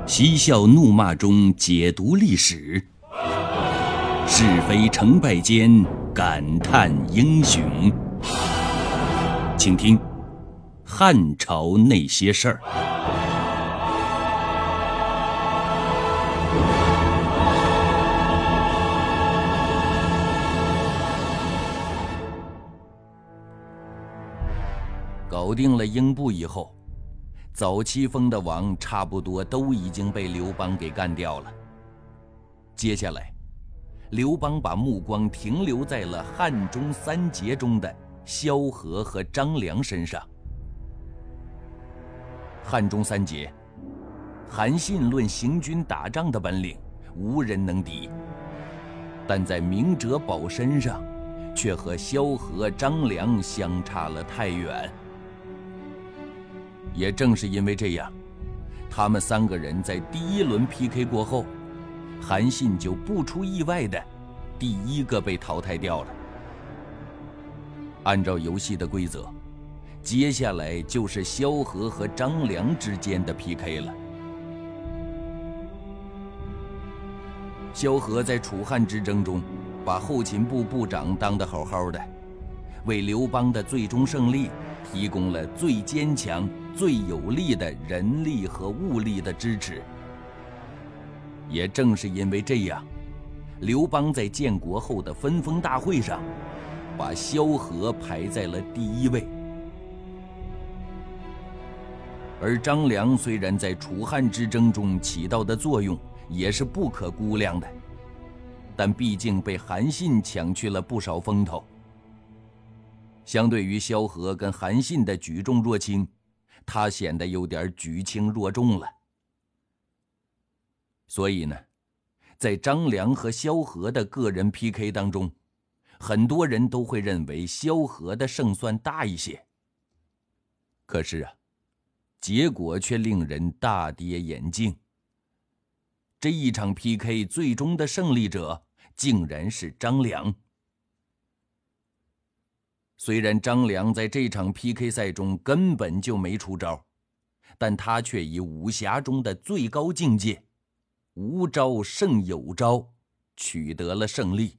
嬉笑怒骂中解读历史，是非成败间感叹英雄。请听《汉朝那些事儿》。搞定了英布以后，早期封的王差不多都已经被刘邦给干掉了。接下来，刘邦把目光停留在了汉中三杰中的萧何和张良身上。汉中三杰，韩信论行军打仗的本领，无人能敌，但在明哲保身上，却和萧何、张良相差了太远。也正是因为这样，他们三个人在第一轮 PK 过后，韩信就不出意外的第一个被淘汰掉了。按照游戏的规则，接下来就是萧何和张良之间的 PK 了。萧何在楚汉之争中把后勤部部长当得好好的，为刘邦的最终胜利提供了最坚强、最有力的人力和物力的支持。也正是因为这样，刘邦在建国后的分封大会上，把萧何排在了第一位。而张良虽然在楚汉之争中起到的作用也是不可估量的，但毕竟被韩信抢去了不少风头。相对于萧何跟韩信的举重若轻，他显得有点举轻若重了。所以呢，在张良和萧何的个人 PK 当中，很多人都会认为萧何的胜算大一些。可是啊，结果却令人大跌眼镜。这一场 PK 最终的胜利者竟然是张良。虽然张良在这场 PK 赛中根本就没出招，但他却以武侠中的最高境界“无招胜有招”取得了胜利。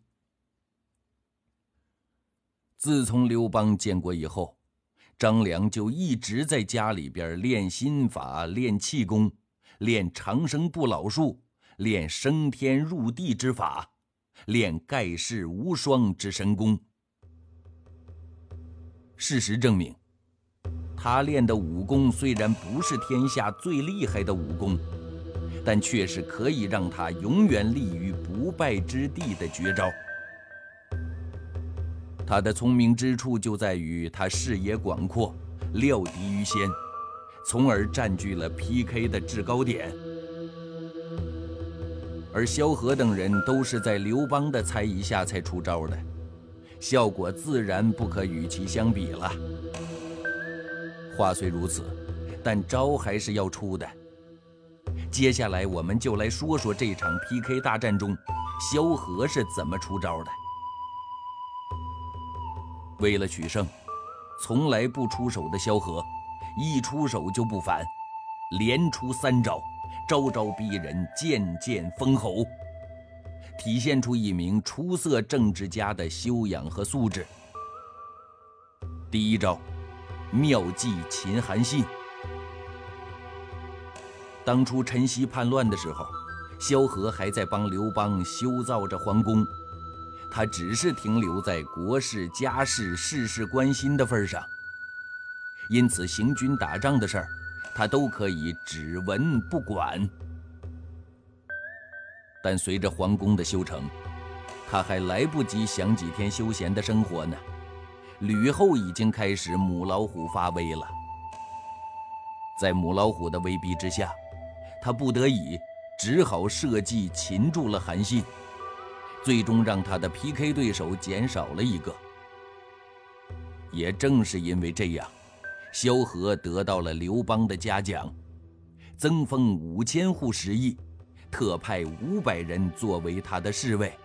自从刘邦建国以后，张良就一直在家里边练心法、练气功、练长生不老术、练升天入地之法、练盖世无双之神功。事实证明，他练的武功虽然不是天下最厉害的武功，但却是可以让他永远立于不败之地的绝招。他的聪明之处就在于他视野广阔，料敌于先，从而占据了 PK 的制高点。而萧何等人都是在刘邦的猜疑下才出招的，效果自然不可与其相比了。话虽如此，但招还是要出的。接下来我们就来说说这场 PK 大战中，萧何是怎么出招的。为了取胜，从来不出手的萧何，一出手就不凡，连出3招，招招逼人，件件封喉，体现出一名出色政治家的修养和素质。第一招，妙计擒韩信。当初陈豨叛乱的时候，萧何还在帮刘邦修造着皇宫，他只是停留在国事、家事、事事关心的份上，因此行军打仗的事儿，他都可以只闻不管。但随着皇宫的修成，他还来不及享几天休闲的生活呢，吕后已经开始母老虎发威了。在母老虎的威逼之下，他不得已只好设计擒住了韩信，最终让他的 PK 对手减少了一个。也正是因为这样，萧何得到了刘邦的嘉奖，增封5000户食邑，特派500人作为他的侍卫。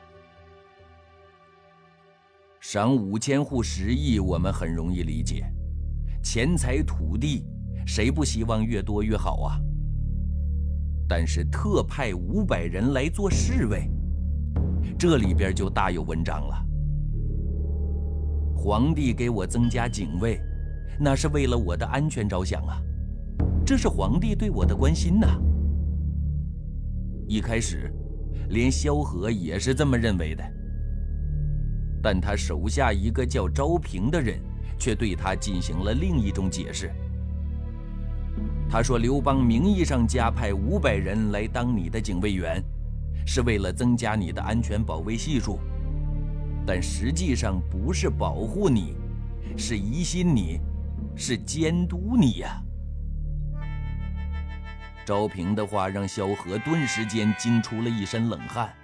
赏5000户食邑，我们很容易理解，钱财土地，谁不希望越多越好啊？ 但是特派500人来做侍卫，这里边就大有文章了。皇帝给我增加警卫，那是为了我的安全着想啊，这是皇帝对我的关心呐。一开始，连萧何也是这么认为的，但他手下一个叫昭平的人，却对他进行了另一种解释。他说刘邦名义上加派500人来当你的警卫员，是为了增加你的安全保卫系数，但实际上不是保护你，是疑心你，是监督你呀。昭平的话让萧何顿时间惊出了一身冷汗。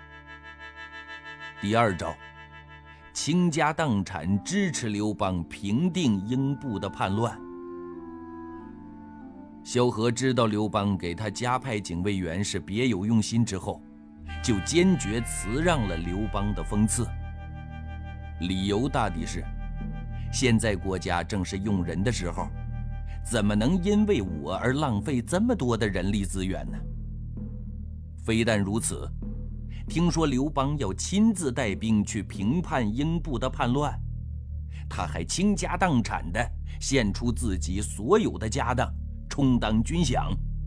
第二招，倾家荡产支持刘邦平定英布的叛乱。萧何知道刘邦给他加派警卫员是别有用心之后，就坚决辞让了刘邦的封赐。理由大抵是，现在国家正是用人的时候，怎么能因为我而浪费这么多的人力资源呢？非但如此，听说刘邦要亲自带兵去平叛英布的叛乱，他还倾家荡产的献出自己所有的家当，充当军饷。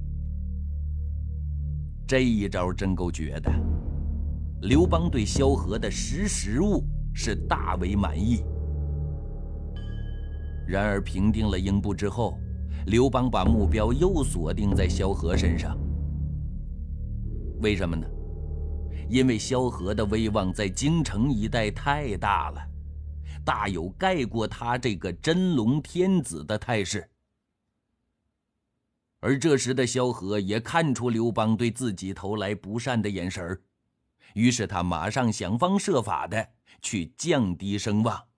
这一招真够绝的。刘邦对萧何的识物是大为满意。然而平定了英布之后，刘邦把目标又锁定在萧何身上。为什么呢？因为萧何的威望在京城一带太大了，大有盖过他这个真龙天子的态势。而这时的萧何也看出刘邦对自己投来不善的眼神，于是他马上想方设法的去降低声望。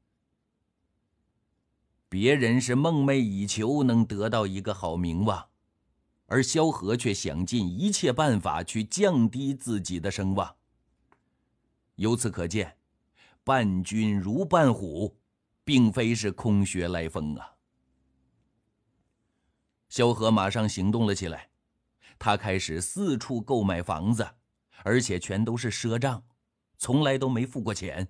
别人是梦寐以求能得到一个好名望，而萧何却想尽一切办法去降低自己的声望。由此可见，伴君如伴虎，并非是空穴来风啊。萧何马上行动了起来，他开始四处购买房子，而且全都是赊账，从来都没付过钱。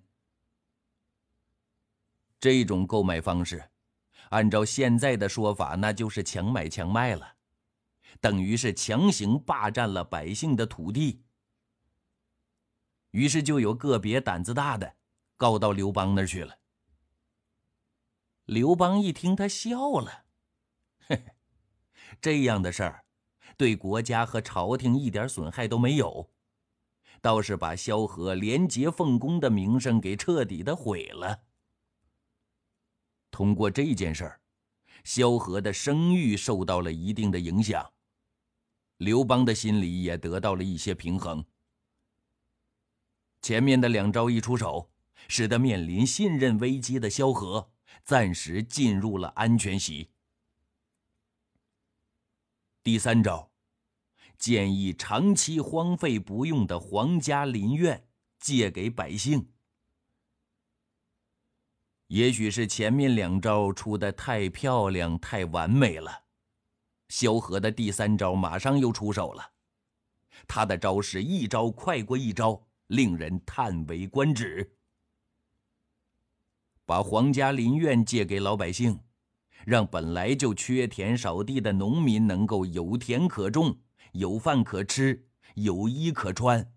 这种购买方式，按照现在的说法，那就是强买强卖了，等于是强行霸占了百姓的土地。于是就有个别胆子大的告到刘邦那儿去了。刘邦一听，他笑了，嘿嘿，这样的事儿对国家和朝廷一点损害都没有，倒是把萧何廉洁奉公的名声给彻底的毁了。通过这件事儿，萧何的声誉受到了一定的影响，刘邦的心里也得到了一些平衡。前面的2招一出手，使得面临信任危机的萧何暂时进入了安全席。第3招，建议长期荒废不用的皇家林苑借给百姓。也许是前面2招出得太漂亮太完美了，萧何的第3招马上又出手了。他的招式一招快过一招，令人叹为观止。把皇家林苑借给老百姓，让本来就缺田少地的农民能够有田可种，有饭可吃，有衣可穿。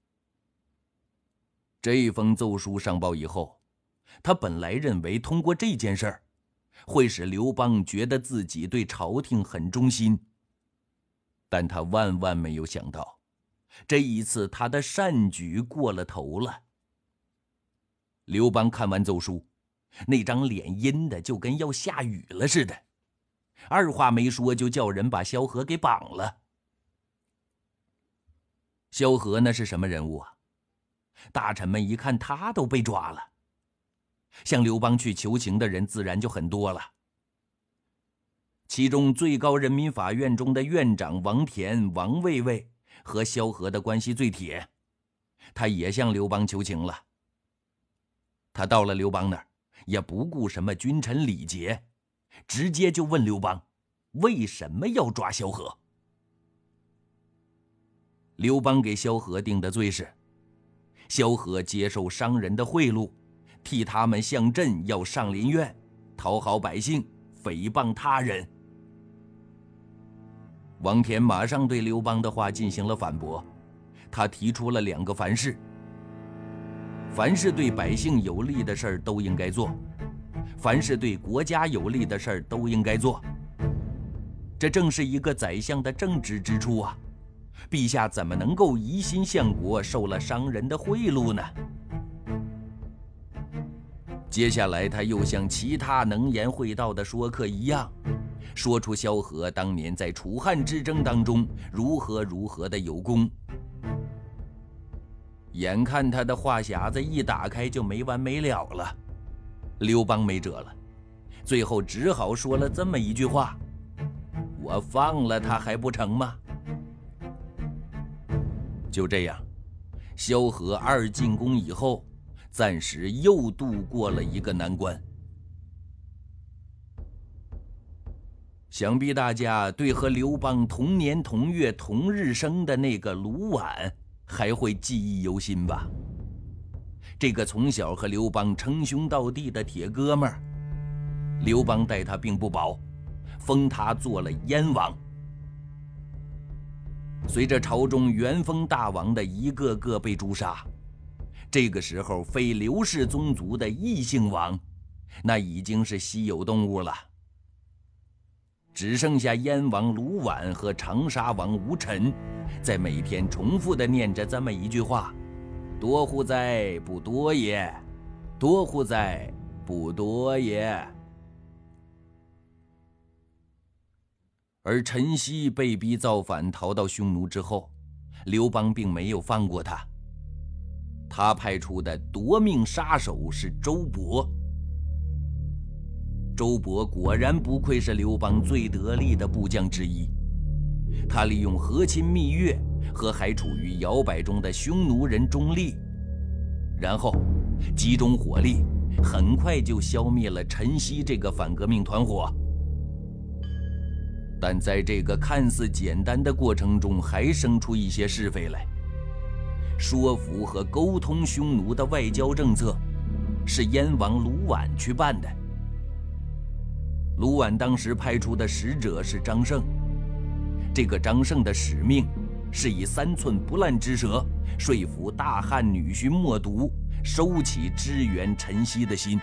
这封奏书上报以后，他本来认为通过这件事儿，会使刘邦觉得自己对朝廷很忠心，但他万万没有想到，这一次他的善举过了头了。刘邦看完奏书，那张脸阴的就跟要下雨了似的，二话没说就叫人把萧何给绑了。萧何那是什么人物啊？大臣们一看他都被抓了，向刘邦去求情的人自然就很多了。其中最高人民法院中的院长王田、王卫卫和萧何的关系最铁，他也向刘邦求情了。他到了刘邦那儿，也不顾什么君臣礼节，直接就问刘邦为什么要抓萧何。 刘邦给萧何定的罪是：萧何接受商人的贿赂，替他们向朕要上林苑，讨好百姓，诽谤他人。王田马上对刘邦的话进行了反驳，他提出了2个凡是：凡是对百姓有利的事儿都应该做，凡是对国家有利的事儿都应该做。这正是一个宰相的正直之处啊！陛下怎么能够疑心相国受了商人的贿赂呢？接下来，他又像其他能言会道的说客一样，说出萧何当年在楚汉之争当中如何的有功。眼看他的话匣子一打开就没完没了了，刘邦没辙了，最后只好说了这么一句话：我放了他还不成吗？就这样，萧何2进宫以后，暂时又度过了一个难关。想必大家对和刘邦同年同月同日生的那个卢绾还会记忆犹新吧？这个从小和刘邦称兄道弟的铁哥们儿，刘邦待他并不薄，封他做了燕王。随着朝中元封大王的一个个被诛杀，这个时候非刘氏宗族的异姓王，那已经是稀有动物了。只剩下燕王卢绾和长沙王吴臣，在每天重复地念着这么一句话：多乎哉，不多也；多乎哉，不多也。而陈豨被逼造反逃到匈奴之后，刘邦并没有放过他。他派出的夺命杀手是周勃。周勃果然不愧是刘邦最得力的部将之一。他利用和亲蜜月和还处于摇摆中的匈奴人中立，然后集中火力，很快就消灭了陈豨这个反革命团伙。但在这个看似简单的过程中，还生出一些是非来。说服和沟通匈奴的外交政策，是燕王卢绾去办的。卢绾当时派出的使者是张胜，这个张胜的使命是以3寸不烂之舌说服大汉女婿默读收起支援陈豨的心。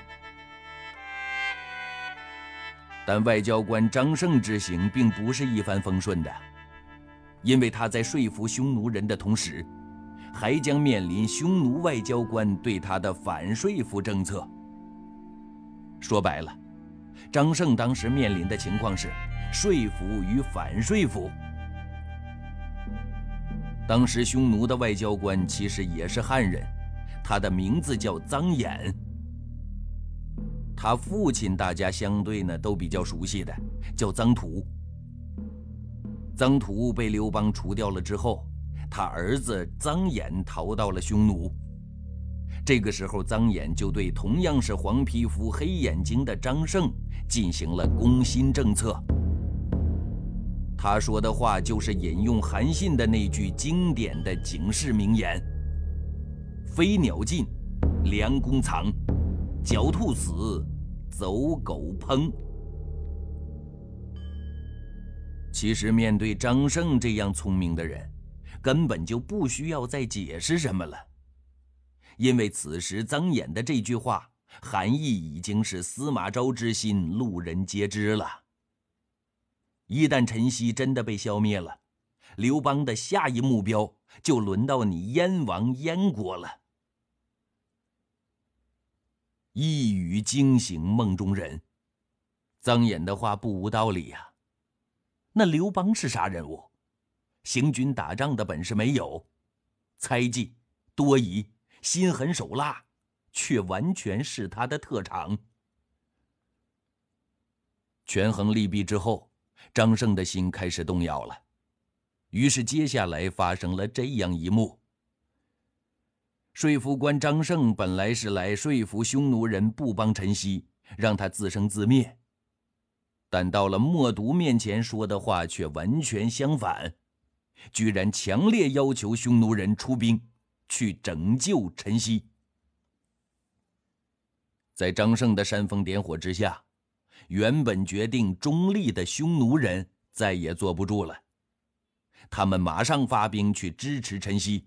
但外交官张胜之行并不是一帆风顺的，因为他在说服匈奴人的同时，还将面临匈奴外交官对他的反说服政策。说白了，张胜当时面临的情况是说服与反说服。当时匈奴的外交官其实也是汉人，他的名字叫臧衍。他父亲大家相对呢都比较熟悉的，叫臧荼。臧荼被刘邦除掉了之后，他儿子臧衍逃到了匈奴。这个时候，臧衍就对同样是黄皮肤黑眼睛的张胜进行了攻心政策。他说的话就是引用韩信的那句经典的警示名言：飞鸟尽，良弓藏；狡兔死，走狗烹。其实面对张胜这样聪明的人，根本就不需要再解释什么了，因为此时臧衍的这句话含义已经是司马昭之心，路人皆知了。一旦陈豨真的被消灭了，刘邦的下一目标就轮到你燕王燕国了。一语惊醒梦中人，臧衍的话不无道理呀。那刘邦是啥人物？行军打仗的本事没有，猜忌、多疑、心狠手辣，却完全是他的特长。权衡利弊之后，张胜的心开始动摇了。于是接下来发生了这样一幕。说服官张胜本来是来说服匈奴人不帮陈豨，让他自生自灭，但到了默读面前说的话却完全相反。 居然强烈要求匈奴人出兵去拯救陈豨。在张胜的煽风点火之下，原本决定中立的匈奴人再也坐不住了，他们马上发兵去支持陈豨。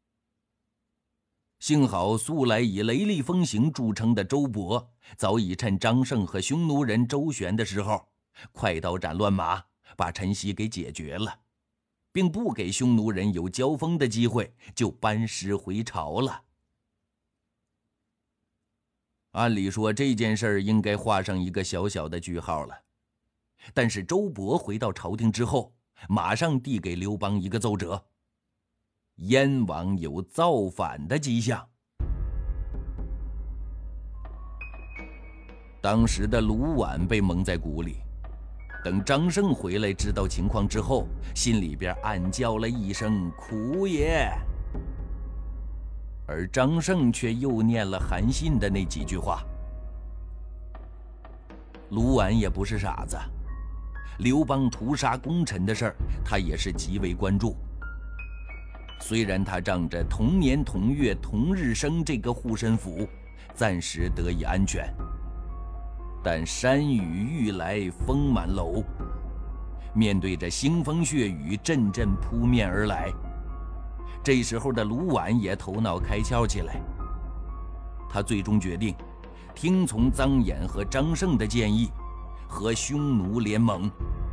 幸好素来以雷厉风行著称的周勃，早已趁张胜和匈奴人周旋的时候，快刀斩乱麻，把陈豨给解决了，并不给匈奴人有交锋的机会，就班师回朝了。按理说这件事儿应该画上一个小小的句号了，但是周勃回到朝廷之后，马上递给刘邦一个奏折：燕王有造反的迹象。当时的卢绾被蒙在鼓里，等张胜回来知道情况之后，心里边暗叫了一声苦也。而张胜却又念了韩信的那几句话。卢绾也不是傻子，刘邦屠杀功臣的事儿，他也是极为关注。虽然他仗着同年同月同日生这个护身符，暂时得以安全，但山雨欲来风满楼，面对着腥风血雨阵阵扑面而来，这时候的卢绾也头脑开窍起来，他最终决定听从臧衍和张胜的建议，和匈奴联盟。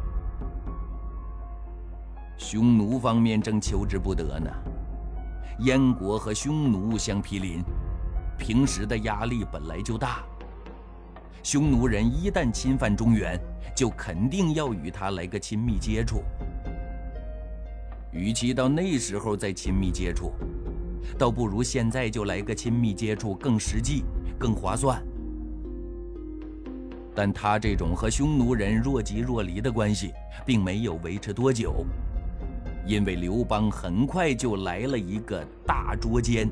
匈奴方面正求之不得呢，燕国和匈奴相毗邻，平时的压力本来就大，匈奴人一旦侵犯中原，就肯定要与他来个亲密接触。与其到那时候再亲密接触，倒不如现在就来个亲密接触，更实际更划算。但他这种和匈奴人若即若离的关系并没有维持多久，因为刘邦很快就来了一个大捉奸。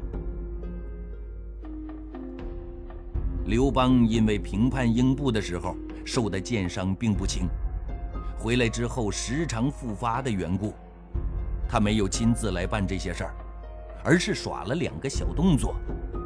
刘邦因为平叛英布的时候受的箭伤并不轻，回来之后时常复发的缘故，他没有亲自来办这些事儿，而是耍了2个小动作。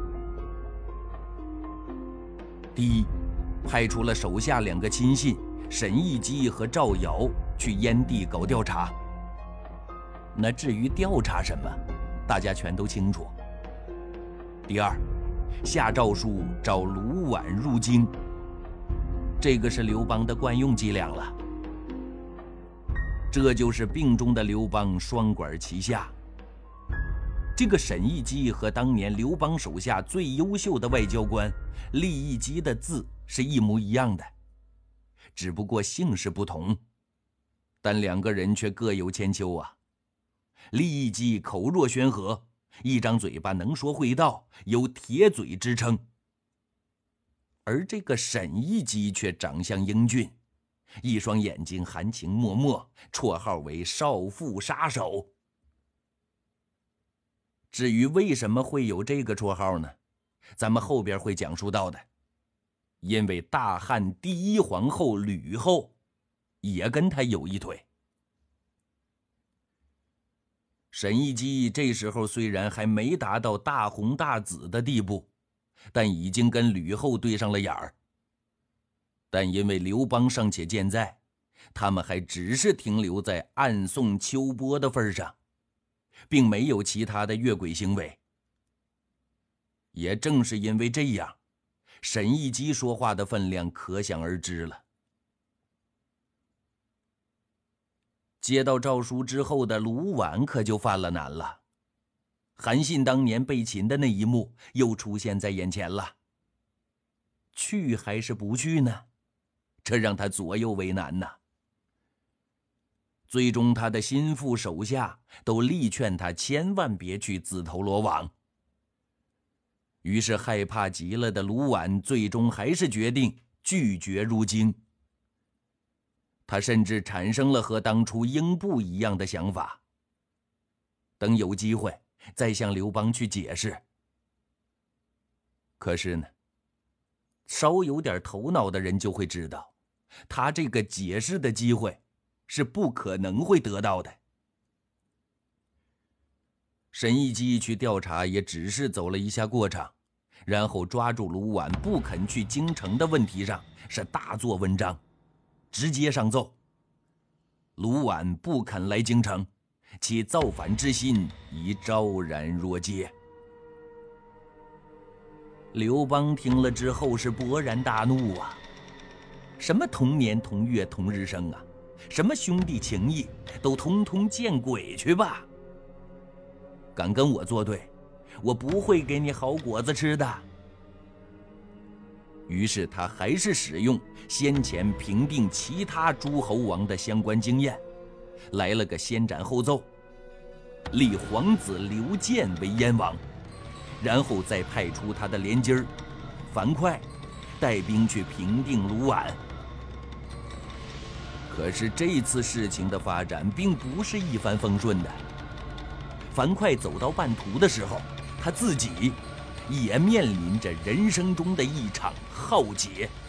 第一，派出了手下2个亲信沈亦基和赵尧去燕地搞调查。那至于调查什么，大家全都清楚。第二，下诏书找卢绾入京，这个是刘邦的惯用伎俩了。这就是病中的刘邦双管齐下。这个沈亦基和当年刘邦手下最优秀的外交官利益基的字是一模一样的，只不过姓氏不同，但2个人却各有千秋啊。利益基口若悬河，一张嘴巴能说会道，有铁嘴之称，而这个沈亦基却长相英俊，一双眼睛含情脉脉，绰号为少妇杀手。至于为什么会有这个绰号呢？咱们后边会讲述到的。因为大汉第1皇后吕后也跟他有一腿。沈亦基这时候虽然还没达到大红大紫的地步，但已经跟吕后对上了眼儿。但因为刘邦尚且健在，他们还只是停留在暗送秋波的份上，并没有其他的越轨行为。也正是因为这样，沈亦基说话的分量可想而知了。接到诏书之后的卢绾可就犯了难了，韩信当年被擒的那一幕又出现在眼前了。去还是不去呢？这让他左右为难呐。最终他的心腹手下都力劝他千万别去自投罗网。于是害怕极了的卢绾最终还是决定拒绝入京。他甚至产生了和当初英布一样的想法，等有机会再向刘邦去解释。可是呢，稍有点头脑的人就会知道，他这个解释的机会是不可能会得到的。 沈一基去调查也只是走了一下过场，然后抓住卢绾不肯去京城的问题上是大做文章，直接上奏：卢绾不肯来京城，其造反之心已昭然若揭。刘邦听了之后是勃然大怒啊！什么同年同月同日生啊，什么兄弟情谊，都通通见鬼去吧！敢跟我作对，我不会给你好果子吃的。于是他还是使用先前平定其他诸侯王的相关经验，来了个先斩后奏，立皇子刘建为燕王，然后再派出他的连襟儿樊哙带兵去平定卢绾。可是这次事情的发展并不是一帆风顺的。樊哙走到半途的时候，他自己也面临着人生中的一场浩劫。